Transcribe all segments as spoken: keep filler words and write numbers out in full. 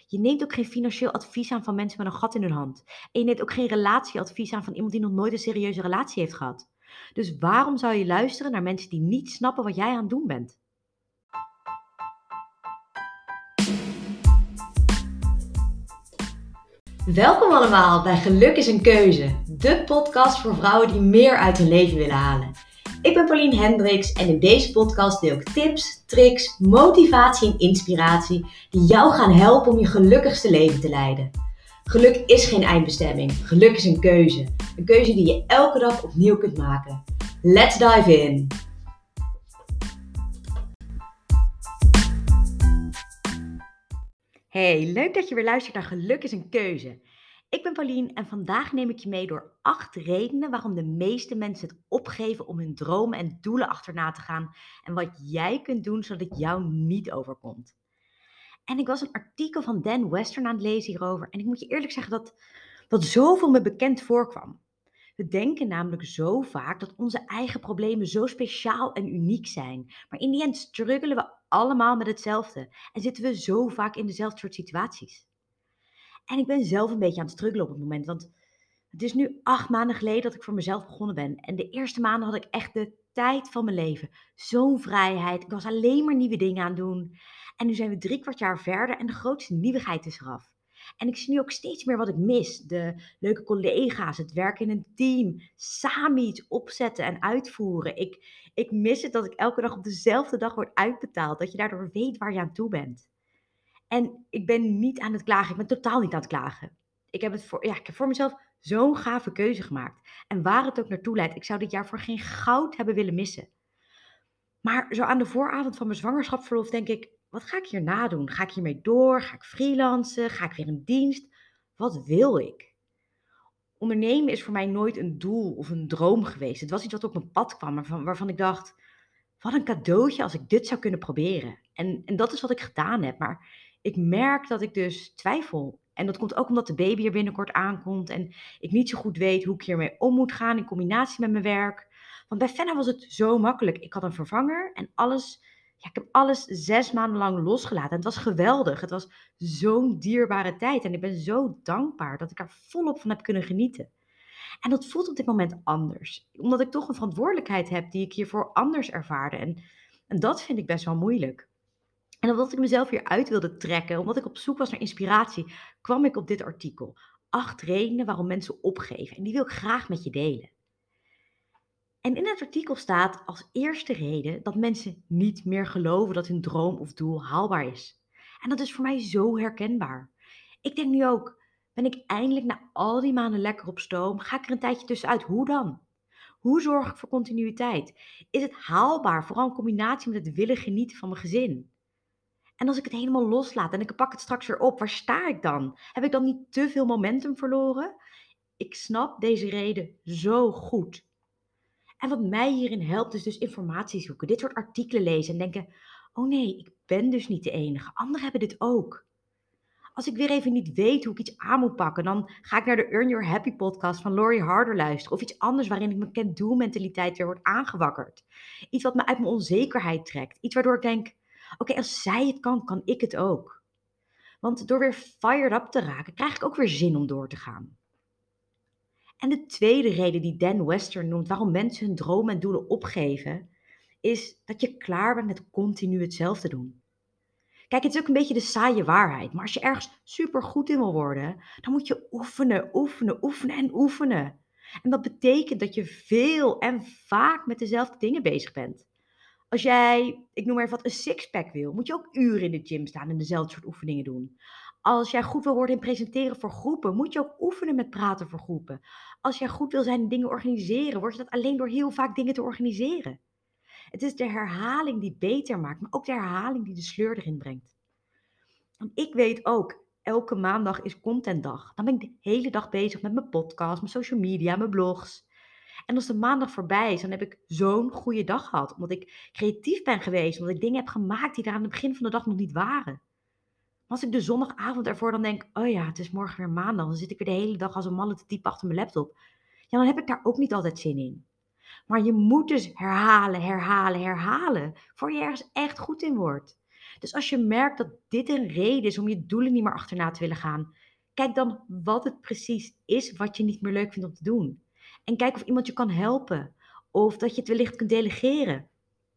Je neemt ook geen financieel advies aan van mensen met een gat in hun hand. En je neemt ook geen relatieadvies aan van iemand die nog nooit een serieuze relatie heeft gehad. Dus waarom zou je luisteren naar mensen die niet snappen wat jij aan het doen bent? Welkom allemaal bij Geluk is een Keuze, de podcast voor vrouwen die meer uit hun leven willen halen. Ik ben Pauline Hendricks en in deze podcast deel ik tips, tricks, motivatie en inspiratie die jou gaan helpen om je gelukkigste leven te leiden. Geluk is geen eindbestemming, geluk is een keuze. Een keuze die je elke dag opnieuw kunt maken. Let's dive in! Hey, leuk dat je weer luistert naar Geluk is een Keuze. Ik ben Pauline en vandaag neem ik je mee door acht redenen waarom de meeste mensen het opgeven om hun dromen en doelen achterna te gaan en wat jij kunt doen zodat het jou niet overkomt. En ik was een artikel van Dan Western aan het lezen hierover en ik moet je eerlijk zeggen dat dat zoveel me bekend voorkwam. We denken namelijk zo vaak dat onze eigen problemen zo speciaal en uniek zijn, maar in die end struggelen we allemaal met hetzelfde en zitten we zo vaak in dezelfde soort situaties. En ik ben zelf een beetje aan het struggelen op het moment, want het is nu acht maanden geleden dat ik voor mezelf begonnen ben. En de eerste maanden had ik echt de tijd van mijn leven. Zo'n vrijheid. Ik was alleen maar nieuwe dingen aan het doen. En nu zijn we drie kwart jaar verder en de grootste nieuwigheid is eraf. En ik zie nu ook steeds meer wat ik mis. De leuke collega's, het werken in een team, samen iets opzetten en uitvoeren. Ik, ik mis het dat ik elke dag op dezelfde dag word uitbetaald. Dat je daardoor weet waar je aan toe bent. En ik ben niet aan het klagen. Ik ben totaal niet aan het klagen. Ik heb, het voor, ja, ik heb voor mezelf zo'n gave keuze gemaakt. En waar het ook naartoe leidt, ik zou dit jaar voor geen goud hebben willen missen. Maar zo aan de vooravond van mijn zwangerschapsverlof denk ik, wat ga ik hierna doen? Ga ik hiermee door? Ga ik freelancen? Ga ik weer in dienst? Wat wil ik? Ondernemen is voor mij nooit een doel of een droom geweest. Het was iets wat op mijn pad kwam, waarvan, waarvan ik dacht, wat een cadeautje als ik dit zou kunnen proberen. En, en dat is wat ik gedaan heb. Maar ik merk dat ik dus twijfel. En dat komt ook omdat de baby er binnenkort aankomt. En ik niet zo goed weet hoe ik hiermee om moet gaan in combinatie met mijn werk. Want bij Fenna was het zo makkelijk. Ik had een vervanger en alles. Ja, ik heb alles zes maanden lang losgelaten. En het was geweldig. Het was zo'n dierbare tijd. En ik ben zo dankbaar dat ik er volop van heb kunnen genieten. En dat voelt op dit moment anders. Omdat ik toch een verantwoordelijkheid heb die ik hiervoor anders ervaarde. En, en dat vind ik best wel moeilijk. En omdat ik mezelf hier uit wilde trekken, omdat ik op zoek was naar inspiratie, kwam ik op dit artikel. Acht redenen waarom mensen opgeven. En die wil ik graag met je delen. En in het artikel staat als eerste reden dat mensen niet meer geloven dat hun droom of doel haalbaar is. En dat is voor mij zo herkenbaar. Ik denk nu ook, ben ik eindelijk na al die maanden lekker op stoom, ga ik er een tijdje tussenuit. Hoe dan? Hoe zorg ik voor continuïteit? Is het haalbaar, vooral in combinatie met het willen genieten van mijn gezin? En als ik het helemaal loslaat en ik pak het straks weer op, waar sta ik dan? Heb ik dan niet te veel momentum verloren? Ik snap deze reden zo goed. En wat mij hierin helpt is dus informatie zoeken, dit soort artikelen lezen en denken, oh nee, ik ben dus niet de enige, anderen hebben dit ook. Als ik weer even niet weet hoe ik iets aan moet pakken, dan ga ik naar de Earn Your Happy podcast van Laurie Harder luisteren. Of iets anders waarin ik mijn can-do mentaliteit weer wordt aangewakkerd. Iets wat me uit mijn onzekerheid trekt. Iets waardoor ik denk, oké, als zij het kan, kan ik het ook. Want door weer fired up te raken, krijg ik ook weer zin om door te gaan. En de tweede reden die Dan Western noemt waarom mensen hun dromen en doelen opgeven, is dat je klaar bent met continu hetzelfde doen. Kijk, het is ook een beetje de saaie waarheid, maar als je ergens super goed in wil worden, dan moet je oefenen, oefenen, oefenen en oefenen. En dat betekent dat je veel en vaak met dezelfde dingen bezig bent. Als jij, ik noem maar even wat, een sixpack wil, moet je ook uren in de gym staan en dezelfde soort oefeningen doen. Als jij goed wil worden in presenteren voor groepen, moet je ook oefenen met praten voor groepen. Als jij goed wil zijn in dingen organiseren, word je dat alleen door heel vaak dingen te organiseren. Het is de herhaling die beter maakt, maar ook de herhaling die de sleur erin brengt. Want ik weet ook, elke maandag is contentdag. Dan ben ik de hele dag bezig met mijn podcast, mijn social media, mijn blogs. En als de maandag voorbij is, dan heb ik zo'n goede dag gehad. Omdat ik creatief ben geweest, omdat ik dingen heb gemaakt die er aan het begin van de dag nog niet waren. Maar als ik de zondagavond ervoor dan denk, oh ja, het is morgen weer maandag, dan zit ik weer de hele dag als een malle te typen achter mijn laptop. Ja, dan heb ik daar ook niet altijd zin in. Maar je moet dus herhalen, herhalen, herhalen, voor je ergens echt goed in wordt. Dus als je merkt dat dit een reden is om je doelen niet meer achterna te willen gaan, kijk dan wat het precies is wat je niet meer leuk vindt om te doen. En kijk of iemand je kan helpen of dat je het wellicht kunt delegeren.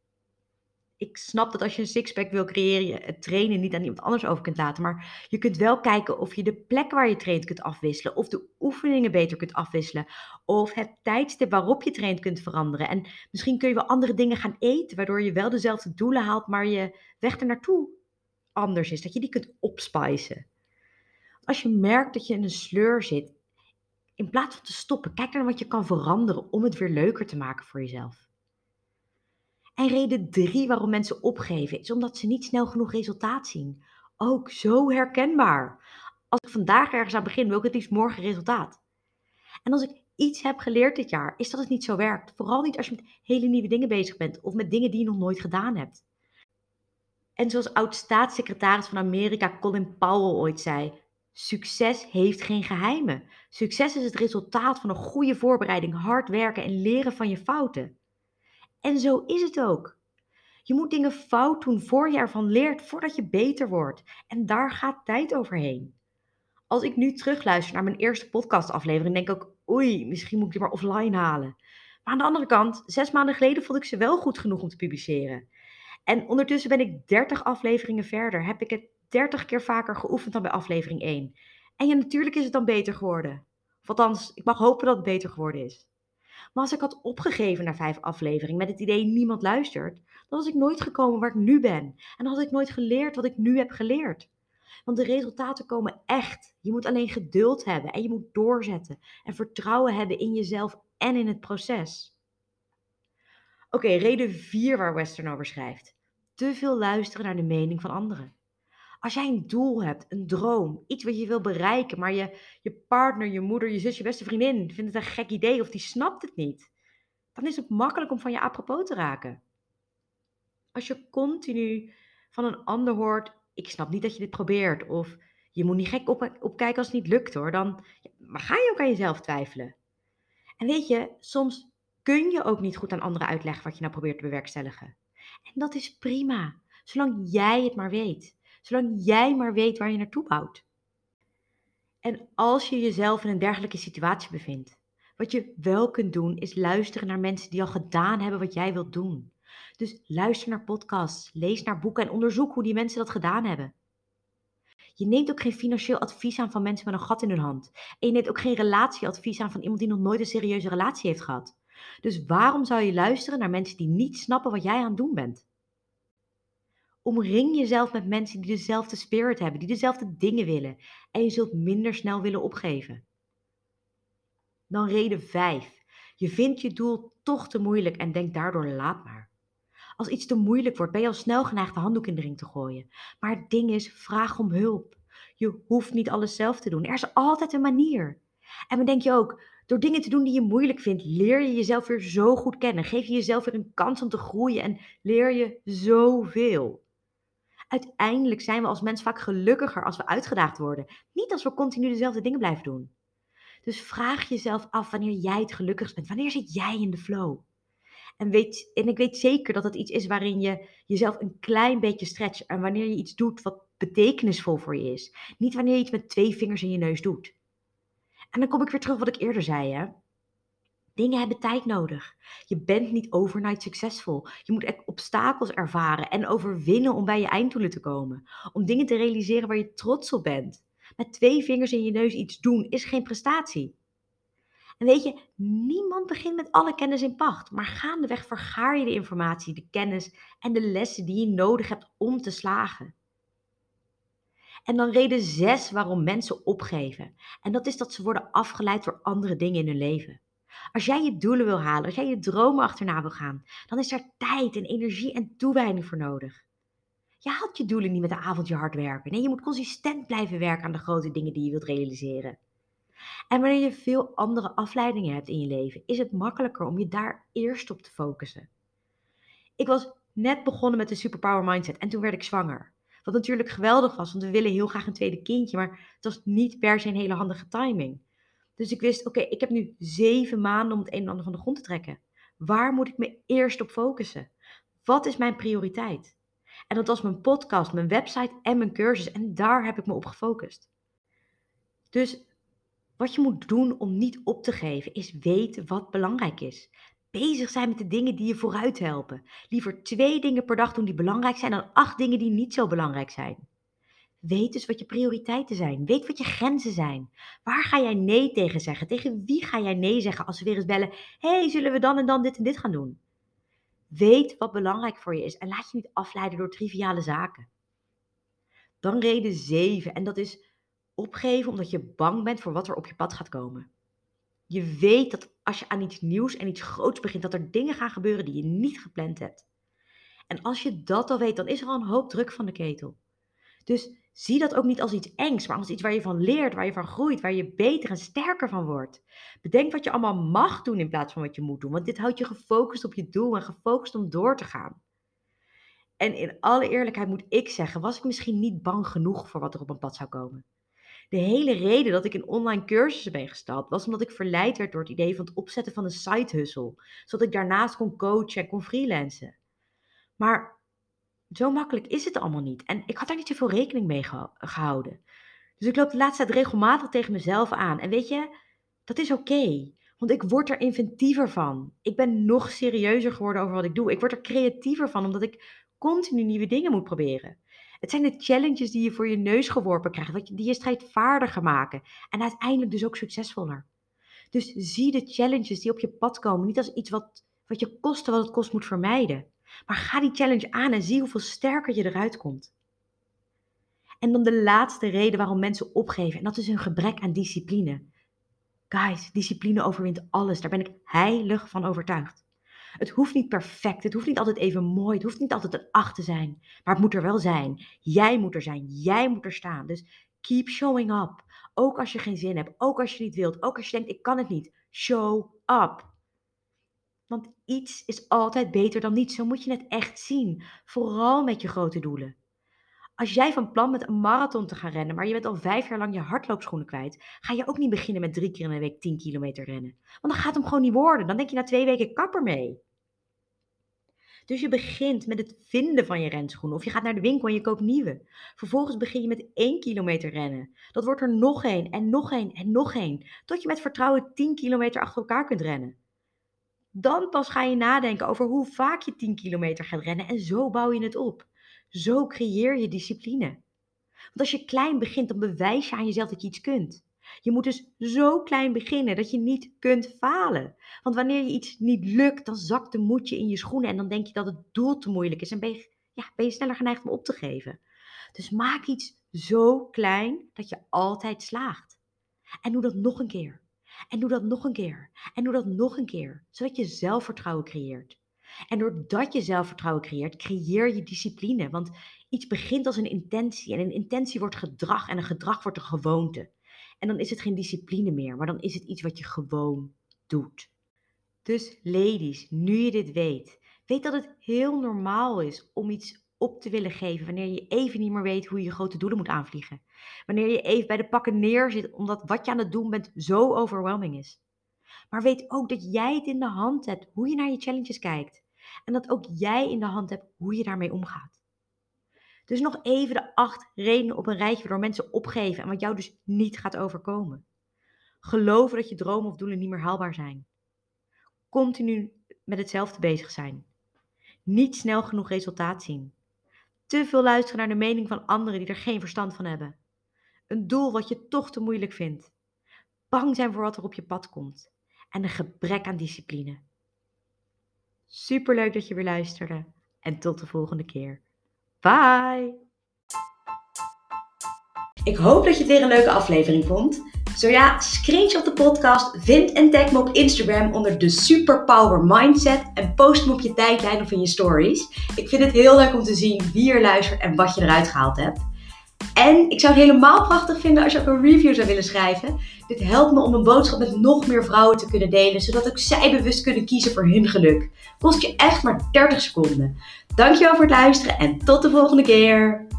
Ik snap dat als je een sixpack wil creëren, je het trainen niet aan iemand anders over kunt laten. Maar je kunt wel kijken of je de plek waar je traint kunt afwisselen. Of de oefeningen beter kunt afwisselen. Of het tijdstip waarop je traint kunt veranderen. En misschien kun je wel andere dingen gaan eten, waardoor je wel dezelfde doelen haalt, maar je weg ernaartoe anders is. Dat je die kunt opspicen. Als je merkt dat je in een sleur zit, in plaats van te stoppen, kijk naar wat je kan veranderen om het weer leuker te maken voor jezelf. En reden drie waarom mensen opgeven, is omdat ze niet snel genoeg resultaat zien. Ook zo herkenbaar. Als ik vandaag ergens aan begin, wil ik het liefst morgen resultaat. En als ik iets heb geleerd dit jaar, is dat het niet zo werkt. Vooral niet als je met hele nieuwe dingen bezig bent of met dingen die je nog nooit gedaan hebt. En zoals oud-staatssecretaris van Amerika Colin Powell ooit zei: succes heeft geen geheimen. Succes is het resultaat van een goede voorbereiding, hard werken en leren van je fouten. En zo is het ook. Je moet dingen fout doen voor je ervan leert, voordat je beter wordt. En daar gaat tijd overheen. Als ik nu terugluister naar mijn eerste podcastaflevering, denk ik ook, oei, misschien moet ik die maar offline halen. Maar aan de andere kant, zes maanden geleden vond ik ze wel goed genoeg om te publiceren. En ondertussen ben ik dertig afleveringen verder. Heb ik het dertig keer vaker geoefend dan bij aflevering één. En ja, natuurlijk is het dan beter geworden. Of althans, ik mag hopen dat het beter geworden is. Maar als ik had opgegeven na vijf afleveringen met het idee niemand luistert, dan was ik nooit gekomen waar ik nu ben. En dan had ik nooit geleerd wat ik nu heb geleerd. Want de resultaten komen echt. Je moet alleen geduld hebben en je moet doorzetten. En vertrouwen hebben in jezelf en in het proces. Oké, reden vier waar Western over schrijft. Te veel luisteren naar de mening van anderen. Als jij een doel hebt, een droom, iets wat je wil bereiken, maar je, je partner, je moeder, je zus, je beste vriendin vindt het een gek idee of die snapt het niet, dan is het makkelijk om van je apropos te raken. Als je continu van een ander hoort, ik snap niet dat je dit probeert, of je moet niet gek op, opkijken als het niet lukt hoor, dan ja, maar ga je ook aan jezelf twijfelen. En weet je, soms kun je ook niet goed aan anderen uitleggen wat je nou probeert te bewerkstelligen. En dat is prima, zolang jij het maar weet. Zolang jij maar weet waar je naartoe bouwt. En als je jezelf in een dergelijke situatie bevindt, wat je wel kunt doen is luisteren naar mensen die al gedaan hebben wat jij wilt doen. Dus luister naar podcasts, lees naar boeken en onderzoek hoe die mensen dat gedaan hebben. Je neemt ook geen financieel advies aan van mensen met een gat in hun hand. En je neemt ook geen relatieadvies aan van iemand die nog nooit een serieuze relatie heeft gehad. Dus waarom zou je luisteren naar mensen die niet snappen wat jij aan het doen bent? Omring jezelf met mensen die dezelfde spirit hebben, die dezelfde dingen willen. En je zult minder snel willen opgeven. Dan reden vijf. Je vindt je doel toch te moeilijk en denkt daardoor laat maar. Als iets te moeilijk wordt, ben je al snel geneigd de handdoek in de ring te gooien. Maar het ding is, vraag om hulp. Je hoeft niet alles zelf te doen. Er is altijd een manier. En dan denk je ook, door dingen te doen die je moeilijk vindt, leer je jezelf weer zo goed kennen. Geef je jezelf weer een kans om te groeien en leer je zoveel. Uiteindelijk zijn we als mens vaak gelukkiger als we uitgedaagd worden. Niet als we continu dezelfde dingen blijven doen. Dus vraag jezelf af wanneer jij het gelukkigst bent. Wanneer zit jij in de flow? En, weet, en ik weet zeker dat het iets is waarin je jezelf een klein beetje stretcht. En wanneer je iets doet wat betekenisvol voor je is. Niet wanneer je iets met twee vingers in je neus doet. En dan kom ik weer terug op wat ik eerder zei. Hè? Dingen hebben tijd nodig. Je bent niet overnight succesvol. Je moet echt obstakels ervaren en overwinnen om bij je einddoelen te komen. Om dingen te realiseren waar je trots op bent. Met twee vingers in je neus iets doen is geen prestatie. En weet je, niemand begint met alle kennis in pacht, maar gaandeweg vergaar je de informatie, de kennis en de lessen die je nodig hebt om te slagen. En dan reden zes waarom mensen opgeven. En dat is dat ze worden afgeleid door andere dingen in hun leven. Als jij je doelen wil halen, als jij je dromen achterna wil gaan, dan is er tijd en energie en toewijding voor nodig. Je haalt je doelen niet met een avondje hard werken. Nee, je moet consistent blijven werken aan de grote dingen die je wilt realiseren. En wanneer je veel andere afleidingen hebt in je leven, is het makkelijker om je daar eerst op te focussen. Ik was net begonnen met de Superpower Mindset en toen werd ik zwanger. Wat natuurlijk geweldig was, want we willen heel graag een tweede kindje, maar het was niet per se een hele handige timing. Dus ik wist, oké, ik heb nu zeven maanden om het een en ander van de grond te trekken. Waar moet ik me eerst op focussen? Wat is mijn prioriteit? En dat was mijn podcast, mijn website en mijn cursus. En daar heb ik me op gefocust. Dus wat je moet doen om niet op te geven, is weten wat belangrijk is. Bezig zijn met de dingen die je vooruit helpen. Liever twee dingen per dag doen die belangrijk zijn dan acht dingen die niet zo belangrijk zijn. Weet dus wat je prioriteiten zijn. Weet wat je grenzen zijn. Waar ga jij nee tegen zeggen? Tegen wie ga jij nee zeggen als ze weer eens bellen? Hey, zullen we dan en dan dit en dit gaan doen? Weet wat belangrijk voor je is en laat je niet afleiden door triviale zaken. Dan reden zeven en dat is opgeven omdat je bang bent voor wat er op je pad gaat komen. Je weet dat als je aan iets nieuws en iets groots begint, dat er dingen gaan gebeuren die je niet gepland hebt. En als je dat al weet, dan is er al een hoop druk van de ketel. Dus zie dat ook niet als iets engs, maar als iets waar je van leert, waar je van groeit, waar je beter en sterker van wordt. Bedenk wat je allemaal mag doen in plaats van wat je moet doen, want dit houdt je gefocust op je doel en gefocust om door te gaan. En in alle eerlijkheid moet ik zeggen, was ik misschien niet bang genoeg voor wat er op mijn pad zou komen. De hele reden dat ik in online cursussen ben gestapt, was omdat ik verleid werd door het idee van het opzetten van een side hustle, zodat ik daarnaast kon coachen en kon freelancen. Maar zo makkelijk is het allemaal niet. En ik had daar niet zoveel rekening mee geho- gehouden. Dus ik loop de laatste tijd regelmatig tegen mezelf aan. En weet je, dat is oké. Want ik word er inventiever van. Ik ben nog serieuzer geworden over wat ik doe. Ik word er creatiever van, omdat ik continu nieuwe dingen moet proberen. Het zijn de challenges die je voor je neus geworpen krijgt, wat je- die je strijdvaardiger maken. En uiteindelijk dus ook succesvoller. Dus zie de challenges die op je pad komen niet als iets wat, wat je koste wat het kost moet vermijden. Maar ga die challenge aan en zie hoeveel sterker je eruit komt. En dan de laatste reden waarom mensen opgeven. En dat is hun gebrek aan discipline. Guys, discipline overwint alles. Daar ben ik heilig van overtuigd. Het hoeft niet perfect. Het hoeft niet altijd even mooi. Het hoeft niet altijd een acht te zijn. Maar het moet er wel zijn. Jij moet er zijn. Jij moet er staan. Dus keep showing up. Ook als je geen zin hebt. Ook als je niet wilt. Ook als je denkt, ik kan het niet. Show up. Want iets is altijd beter dan niets. Zo moet je het echt zien. Vooral met je grote doelen. Als jij van plan bent een marathon te gaan rennen, maar je bent al vijf jaar lang je hardloopschoenen kwijt, ga je ook niet beginnen met drie keer in de week tien kilometer rennen. Want dan gaat hem gewoon niet worden. Dan denk je na twee weken kapper mee. Dus je begint met het vinden van je renschoenen. Of je gaat naar de winkel en je koopt nieuwe. Vervolgens begin je met één kilometer rennen. Dat wordt er nog één en nog één en nog één. Tot je met vertrouwen tien kilometer achter elkaar kunt rennen. Dan pas ga je nadenken over hoe vaak je tien kilometer gaat rennen en zo bouw je het op. Zo creëer je discipline. Want als je klein begint, dan bewijs je aan jezelf dat je iets kunt. Je moet dus zo klein beginnen dat je niet kunt falen. Want wanneer je iets niet lukt, dan zakt de moed je in je schoenen en dan denk je dat het doel te moeilijk is en ben je, ja, ben je sneller geneigd om op te geven. Dus maak iets zo klein dat je altijd slaagt. En doe dat nog een keer. En doe dat nog een keer. En doe dat nog een keer. Zodat je zelfvertrouwen creëert. En doordat je zelfvertrouwen creëert, creëer je discipline. Want iets begint als een intentie. En een intentie wordt gedrag. En een gedrag wordt een gewoonte. En dan is het geen discipline meer. Maar dan is het iets wat je gewoon doet. Dus ladies, nu je dit weet. Weet dat het heel normaal is om iets op te willen geven. Wanneer je even niet meer weet hoe je je grote doelen moet aanvliegen. Wanneer je even bij de pakken neerzit omdat wat je aan het doen bent zo overwhelming is. Maar weet ook dat jij het in de hand hebt hoe je naar je challenges kijkt. En dat ook jij in de hand hebt hoe je daarmee omgaat. Dus nog even de acht redenen op een rijtje waardoor mensen opgeven en wat jou dus niet gaat overkomen. Geloven dat je dromen of doelen niet meer haalbaar zijn. Continu met hetzelfde bezig zijn. Niet snel genoeg resultaat zien. Te veel luisteren naar de mening van anderen die er geen verstand van hebben. Een doel wat je toch te moeilijk vindt. Bang zijn voor wat er op je pad komt. En een gebrek aan discipline. Superleuk dat je weer luisterde. En tot de volgende keer. Bye! Ik hoop dat je het weer een leuke aflevering vond. Zo ja, screenshot de podcast, vind en tag me op Instagram onder de Superpower Mindset en post me op je tijdlijn of in je stories. Ik vind het heel leuk om te zien wie er luistert en wat je eruit gehaald hebt. En ik zou het helemaal prachtig vinden als je ook een review zou willen schrijven. Dit helpt me om een boodschap met nog meer vrouwen te kunnen delen, zodat ook zij bewust kunnen kiezen voor hun geluk. Kost je echt maar dertig seconden. Dankjewel voor het luisteren en tot de volgende keer.